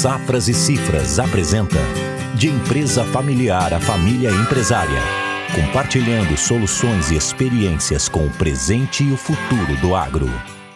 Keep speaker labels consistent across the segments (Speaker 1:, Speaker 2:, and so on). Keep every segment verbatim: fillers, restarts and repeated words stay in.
Speaker 1: Safras e Cifras apresenta De Empresa Familiar a Família Empresária, compartilhando soluções e experiências com o presente e o futuro do agro.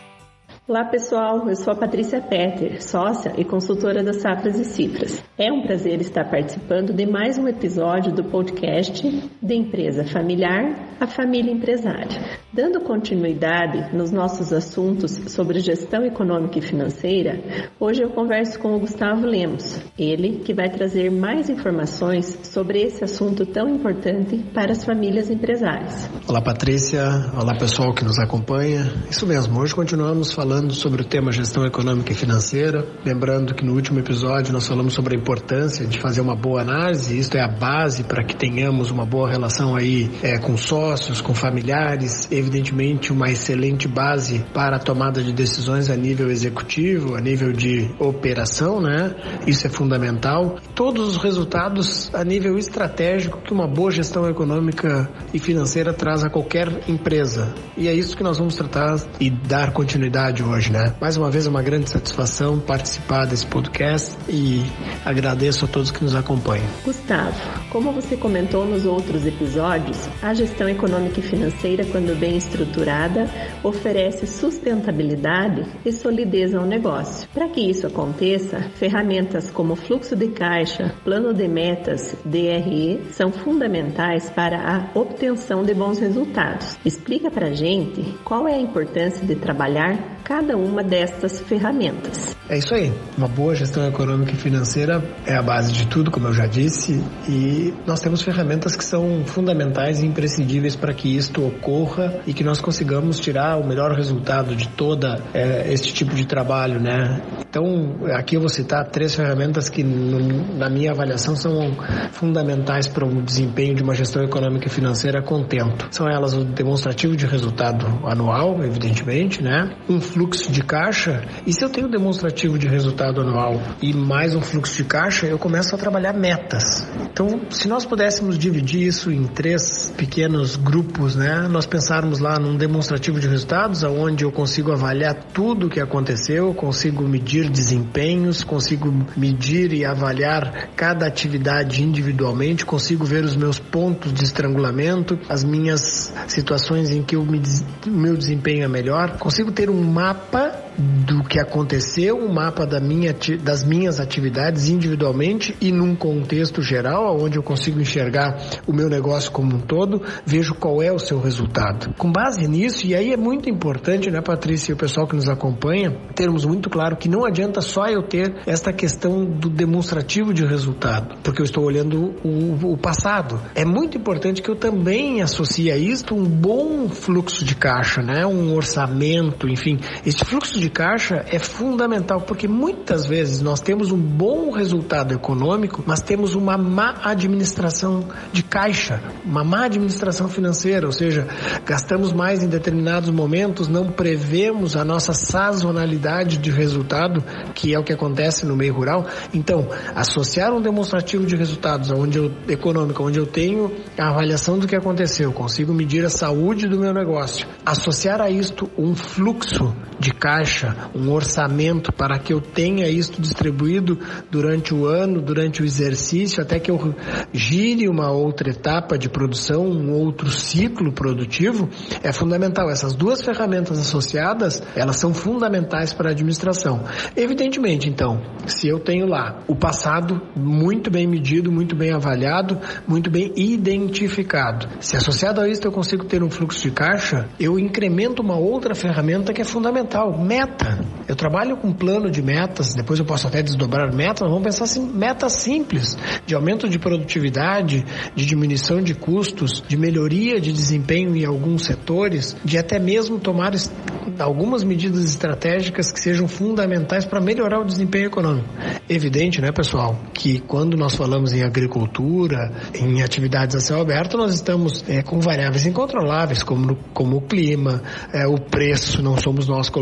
Speaker 2: Olá pessoal, eu sou a Patrícia Petter, sócia e consultora da Safras e Cifras. É um prazer estar participando de mais um episódio do podcast De Empresa Familiar a Família Empresária. Dando continuidade nos nossos assuntos sobre gestão econômica e financeira, hoje eu converso com o Gustavo Lemos, ele que vai trazer mais informações sobre esse assunto tão importante para as famílias empresárias.
Speaker 3: Olá Patrícia, olá pessoal que nos acompanha. Isso mesmo, hoje continuamos falando sobre o tema gestão econômica e financeira, lembrando que no último episódio nós falamos sobre a importância de fazer uma boa análise, isto é a base para que tenhamos uma boa relação aí é, com sócios, com familiares, evidentemente uma excelente base para a tomada de decisões a nível executivo, a nível de operação, né? Isso é fundamental. Todos os resultados a nível estratégico que uma boa gestão econômica e financeira traz a qualquer empresa. E é isso que nós vamos tratar e dar continuidade hoje, né? Mais uma vez é uma grande satisfação participar desse podcast e agradeço a todos que nos acompanham.
Speaker 2: Gustavo, como você comentou nos outros episódios, a gestão econômica e financeira, quando bem estruturada, oferece sustentabilidade e solidez ao negócio. Para que isso aconteça, ferramentas como fluxo de caixa, plano de metas, D R E, são fundamentais para a obtenção de bons resultados. Explica pra gente qual é a importância de trabalhar cada uma destas ferramentas.
Speaker 3: É isso aí. Uma boa gestão econômica e financeira é a base de tudo, como eu já disse, e nós temos ferramentas que são fundamentais e imprescindíveis para que isto ocorra e que nós consigamos tirar o melhor resultado de toda é, este tipo de trabalho, né? Então, aqui eu vou citar três ferramentas que, no, na minha avaliação, são fundamentais para o desempenho de uma gestão econômica e financeira contento. São elas o demonstrativo de resultado anual, evidentemente, né? Um fluxo de caixa, e se eu tenho demonstrativo de resultado anual e mais um fluxo de caixa, eu começo a trabalhar metas. Então, se nós pudéssemos dividir isso em três pequenos grupos, né? Nós pensarmos lá num demonstrativo de resultados, onde eu consigo avaliar tudo o que aconteceu, consigo medir desempenhos, consigo medir e avaliar cada atividade individualmente, consigo ver os meus pontos de estrangulamento, as minhas situações em que o meu desempenho é melhor, consigo ter um mapa do que aconteceu, um mapa da minha, das minhas atividades individualmente e num contexto geral, onde eu consigo enxergar o meu negócio como um todo, vejo qual é o seu resultado. Com base nisso, e aí é muito importante, né, Patrícia, e o pessoal que nos acompanha, termos muito claro que não adianta só eu ter esta questão do demonstrativo de resultado, porque eu estou olhando o, o passado. É muito importante que eu também associe a isto um bom fluxo de caixa, né, um orçamento, enfim. Esse fluxo de caixa é fundamental, porque muitas vezes nós temos um bom resultado econômico, mas temos uma má administração de caixa, uma má administração financeira, ou seja, gastamos mais em determinados momentos, não prevemos a nossa sazonalidade de resultado, que é o que acontece no meio rural. Então, associar um demonstrativo de resultados onde eu, econômico, onde eu tenho a avaliação do que aconteceu, consigo medir a saúde do meu negócio, associar a isto um fluxo de caixa, um orçamento para que eu tenha isto distribuído durante o ano, durante o exercício, até que eu gire uma outra etapa de produção, um outro ciclo produtivo, é fundamental. Essas duas ferramentas associadas, elas são fundamentais para a administração. Evidentemente, então, se eu tenho lá o passado muito bem medido, muito bem avaliado, muito bem identificado, se associado a isso eu consigo ter um fluxo de caixa, eu incremento uma outra ferramenta que é fundamental, meta. Eu trabalho com plano de metas, depois eu posso até desdobrar metas, mas vamos pensar assim, metas simples, de aumento de produtividade, de diminuição de custos, de melhoria de desempenho em alguns setores, de até mesmo tomar algumas medidas estratégicas que sejam fundamentais para melhorar o desempenho econômico. Evidente, né, pessoal, que quando nós falamos em agricultura, em atividades a céu aberto, nós estamos é, com variáveis incontroláveis, como, como o clima, é, o preço, não somos nós que colocamos no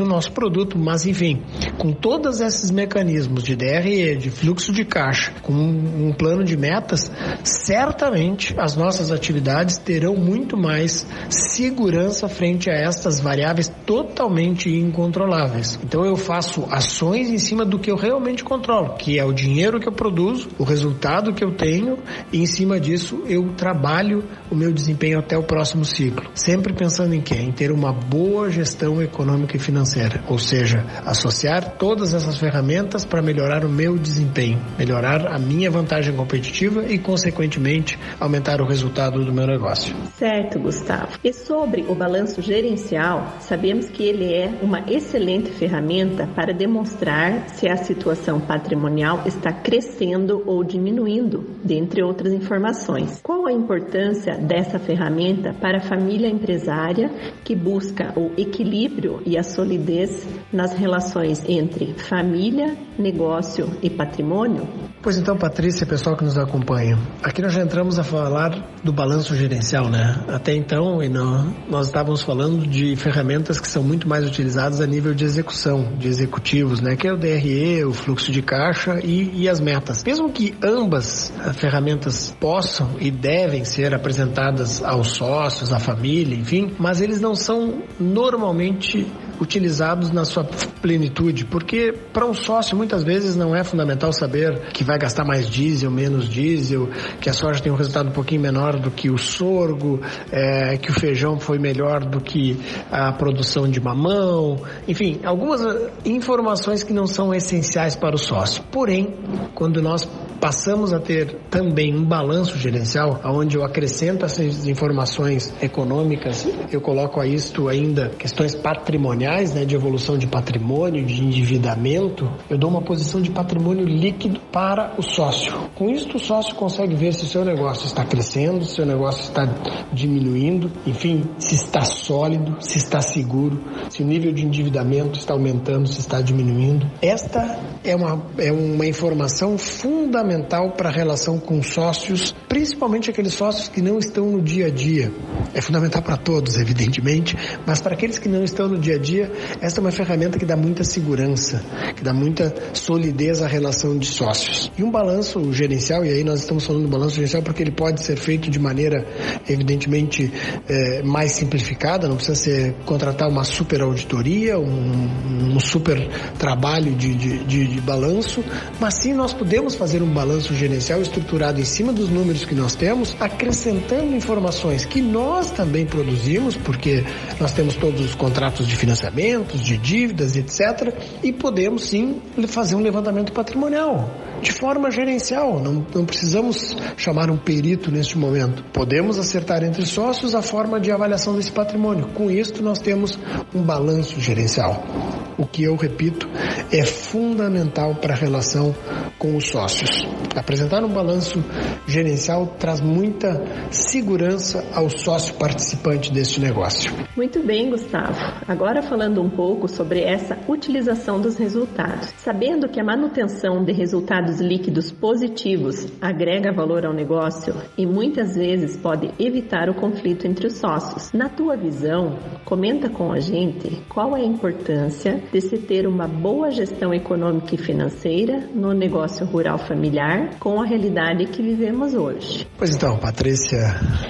Speaker 3: nosso produto, mas enfim, com todos esses mecanismos de D R E, de fluxo de caixa, com um, um plano de metas, certamente as nossas atividades terão muito mais segurança frente a estas variáveis totalmente incontroláveis. Então eu faço ações em cima do que eu realmente controlo, que é o dinheiro que eu produzo, o resultado que eu tenho, e em cima disso eu trabalho o meu desempenho até o próximo ciclo. Sempre pensando em quê? Em ter uma boa gestão econômica e financeira, ou seja, associar todas essas ferramentas para melhorar o meu desempenho, melhorar a minha vantagem competitiva e, consequentemente, aumentar o resultado do meu negócio.
Speaker 2: Certo, Gustavo. E sobre o balanço gerencial, sabemos que ele é uma excelente ferramenta para demonstrar se a situação patrimonial está crescendo ou diminuindo, dentre outras informações. Qual a importância dessa ferramenta para a família empresária que busca o equilíbrio e a solidez nas relações entre família, negócio e patrimônio?
Speaker 3: Pois então, Patrícia, pessoal que nos acompanha, aqui nós já entramos a falar do balanço gerencial, né? Até então, nós estávamos falando de ferramentas que são muito mais utilizadas a nível de execução, de executivos, né? Que é o D R E, o fluxo de caixa e, e as metas. Mesmo que ambas ferramentas possam e devem ser apresentadas aos sócios, à família, enfim, mas eles não são normalmente utilizados na sua plenitude, porque para um sócio muitas vezes não é fundamental saber que vai gastar mais diesel, menos diesel, que a soja tem um resultado um pouquinho menor do que o sorgo, é, que o feijão foi melhor do que a produção de mamão, enfim, algumas informações que não são essenciais para o sócio. Porém, quando nós passamos a ter também um balanço gerencial, onde eu acrescento essas informações econômicas, eu coloco a isto ainda questões patrimoniais, né, de evolução de patrimônio, de endividamento, eu dou uma posição de patrimônio líquido para o sócio. Com isso, o sócio consegue ver se o seu negócio está crescendo, se o seu negócio está diminuindo, enfim, se está sólido, se está seguro, se o nível de endividamento está aumentando, se está diminuindo. Esta é uma, é uma informação fundamental para a relação com sócios, principalmente aqueles sócios que não estão no dia a dia. É fundamental para todos, evidentemente, mas para aqueles que não estão no dia a dia, esta é uma ferramenta que dá muita segurança, que dá muita solidez à relação de sócios. E um balanço gerencial, e aí nós estamos falando do balanço gerencial porque ele pode ser feito de maneira, evidentemente, é, mais simplificada, não precisa ser contratar uma super auditoria, um, um super trabalho de, de, de, de balanço, mas sim nós podemos fazer um balanço gerencial estruturado em cima dos números que nós temos, acrescentando informações que nós também produzimos, porque nós temos todos os contratos de financiamentos, de dívidas, etcétera, e podemos sim fazer um levantamento patrimonial de forma gerencial. Não, não precisamos chamar um perito neste momento. Podemos acertar entre sócios a forma de avaliação desse patrimônio. Com isso, nós temos um balanço gerencial. O que eu repito é fundamental para a relação com os sócios. Apresentar um balanço gerencial traz muita segurança ao sócio participante deste negócio.
Speaker 2: Muito bem, Gustavo. Agora falando um pouco sobre essa utilização dos resultados. Sabendo que a manutenção de resultados líquidos positivos agrega valor ao negócio e muitas vezes pode evitar o conflito entre os sócios. Na tua visão, comenta com a gente qual é a importância de se ter uma boa gestão econômica e financeira no negócio rural familiar com a realidade que vivemos hoje.
Speaker 3: Pois então, Patrícia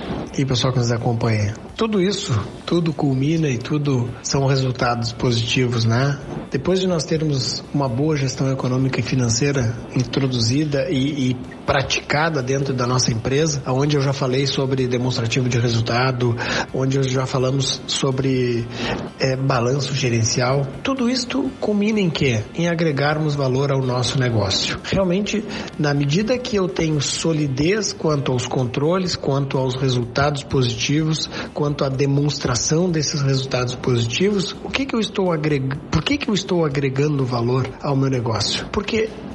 Speaker 3: e pessoal que nos acompanha, tudo isso, tudo culmina e tudo são resultados positivos, né? Depois de nós termos uma boa gestão econômica e financeira introduzida e, e praticada dentro da nossa empresa, onde eu já falei sobre demonstrativo de resultado, onde já falamos sobre é, balanço gerencial, tudo isto culmina em quê? Em agregarmos valor ao nosso negócio. Realmente, na medida que eu tenho solidez quanto aos controles, quanto aos resultados positivos, quanto à demonstração desses resultados positivos, o que que eu estou agregando, por que que eu estou agregando valor ao meu negócio? Porque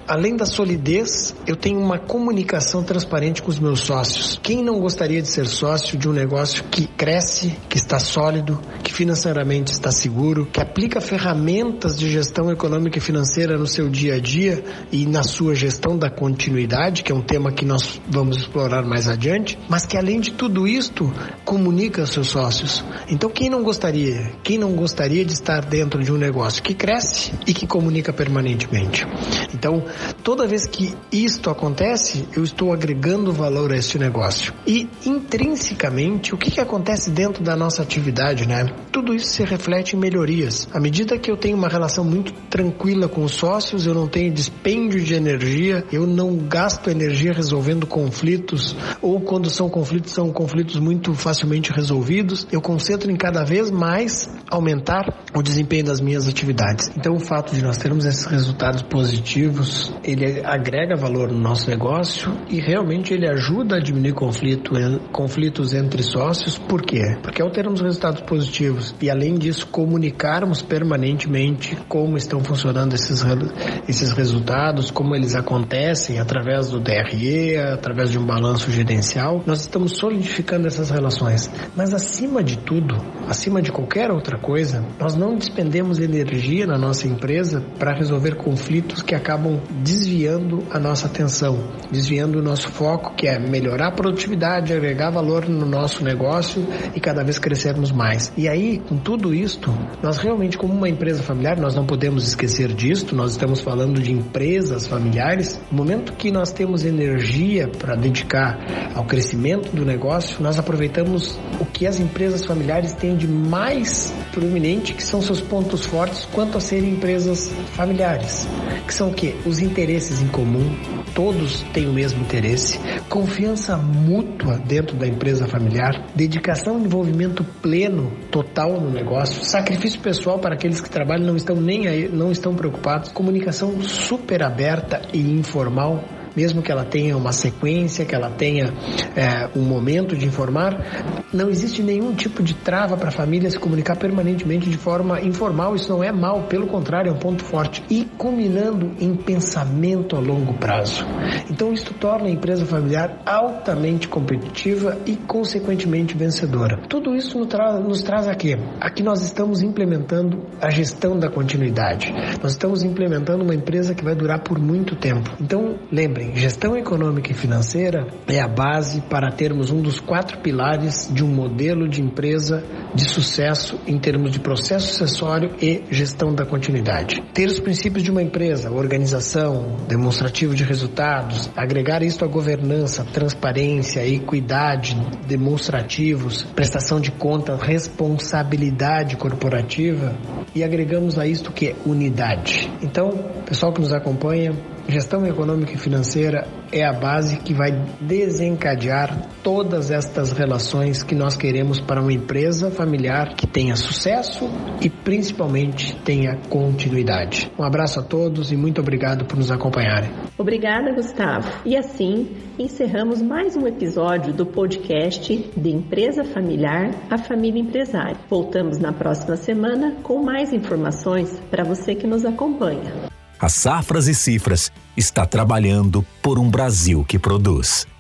Speaker 3: além da solidez, eu tenho uma comunicação transparente com os meus sócios. Quem não gostaria de ser sócio de um negócio que cresce, que está sólido, que financeiramente está seguro, que aplica ferramentas de gestão econômica e financeira no seu dia a dia e na sua gestão da continuidade, que é um tema que nós vamos explorar mais adiante, mas que além de tudo isto, comunica aos seus sócios. Então quem não gostaria? Quem não gostaria de estar dentro de um negócio que cresce e que comunica permanentemente? Então, toda vez que isto acontece, eu estou agregando valor a este negócio. E, intrinsecamente, o que, que acontece dentro da nossa atividade, né? Tudo isso se reflete em melhorias. À medida que eu tenho uma relação muito tranquila com os sócios, eu não tenho dispêndio de energia, eu não gasto energia resolvendo conflitos, ou quando são conflitos, são conflitos muito facilmente resolvidos, eu concentro em cada vez mais aumentar o desempenho das minhas atividades. Então, o fato de nós termos esses resultados positivos, ele agrega valor no nosso negócio e realmente ele ajuda a diminuir conflito, conflitos entre sócios. Por quê? Porque ao termos resultados positivos e além disso comunicarmos permanentemente como estão funcionando esses, esses resultados, como eles acontecem através do D R E, através de um balanço gerencial, nós estamos solidificando essas relações. Mas acima de tudo, acima de qualquer outra coisa, nós não despendemos energia na nossa empresa para resolver conflitos que acabam desviando a nossa atenção, desviando o nosso foco, que é melhorar a produtividade, agregar valor no nosso negócio e cada vez crescermos mais. E aí, com tudo isto, nós realmente, como uma empresa familiar, nós não podemos esquecer disto, nós estamos falando de empresas familiares. No momento que nós temos energia para dedicar ao crescimento do negócio, nós aproveitamos o que as empresas familiares têm de mais proeminente, que são seus pontos fortes quanto a serem empresas familiares, que são o quê? Os interesses em comum, todos têm o mesmo interesse, confiança mútua dentro da empresa familiar, dedicação e envolvimento pleno, total no negócio, sacrifício pessoal para aqueles que trabalham não estão nem aí, não estão preocupados, comunicação super aberta e informal, mesmo que ela tenha uma sequência, que ela tenha é, um momento de informar, não existe nenhum tipo de trava para a família se comunicar permanentemente de forma informal. Isso não é mal, pelo contrário, é um ponto forte. E combinando em pensamento a longo prazo. Então isso torna a empresa familiar altamente competitiva e consequentemente vencedora. Tudo isso nos, tra- nos traz a quê? Aqui nós estamos implementando a gestão da continuidade. Nós estamos implementando uma empresa que vai durar por muito tempo. Então, lembre, gestão econômica e financeira é a base para termos um dos quatro pilares de um modelo de empresa de sucesso em termos de processo sucessório e gestão da continuidade. Ter os princípios de uma empresa, organização, demonstrativo de resultados, agregar isso à governança, transparência, equidade, demonstrativos, prestação de conta, responsabilidade corporativa e agregamos a isto que é unidade. Então, pessoal que nos acompanha, gestão econômica e financeira é a base que vai desencadear todas estas relações que nós queremos para uma empresa familiar que tenha sucesso e principalmente tenha continuidade. Um abraço a todos e muito obrigado por nos acompanharem.
Speaker 2: Obrigada, Gustavo. E assim, encerramos mais um episódio do podcast de Empresa Familiar, a Família Empresária. Voltamos na próxima semana com mais informações para você que nos acompanha.
Speaker 1: A Safras e Cifras está trabalhando por um Brasil que produz.